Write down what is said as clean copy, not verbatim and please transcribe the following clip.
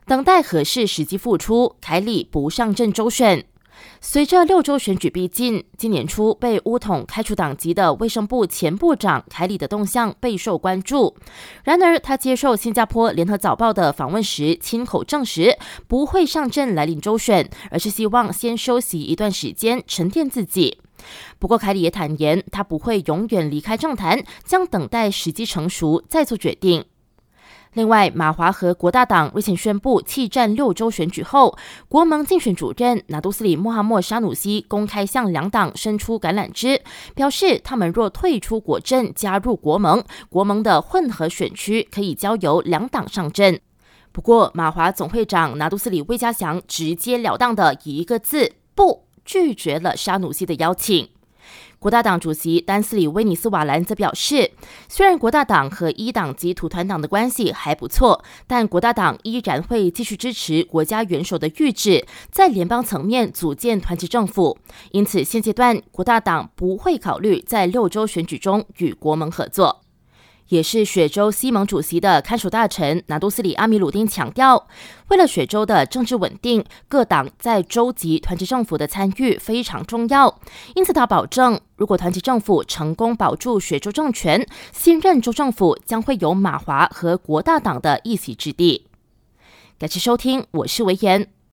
等待合适时机复出，凯里不上阵周选。随着6州选举逼近，今年初被巫统开除党籍的卫生部前部长凯里的动向备受关注。然而，他接受新加坡联合早报的访问时，亲口证实不会上阵来领州选，而是希望先休息一段时间，沉淀自己。不过，凯里也坦言，他不会永远离开政坛，将等待时机成熟再做决定。另外，马华和国大党日前宣布弃战6州选举后，国盟竞选主任拿督斯里穆罕默沙努西公开向两党伸出橄榄枝，表示他们若退出国阵加入国盟，国盟的混合选区可以交由两党上阵。不过，马华总会长拿督斯里魏家祥直截了当的以一个字不拒绝了沙努西的邀请。国大党主席丹斯里威尼斯瓦兰则表示，虽然国大党和一党及土团党的关系还不错，但国大党依然会继续支持国家元首的谕旨，在联邦层面组建团结政府。因此，现阶段国大党不会考虑在6州选举中与国盟合作。也是雪州西盟主席的看守大臣拿督斯里阿米鲁丁强调，为了雪州的政治稳定，各党在州级团结政府的参与非常重要。因此他保证，如果团结政府成功保住雪州政权，新任州政府将会有马华和国大党的一席之地。感谢收听，我是维言。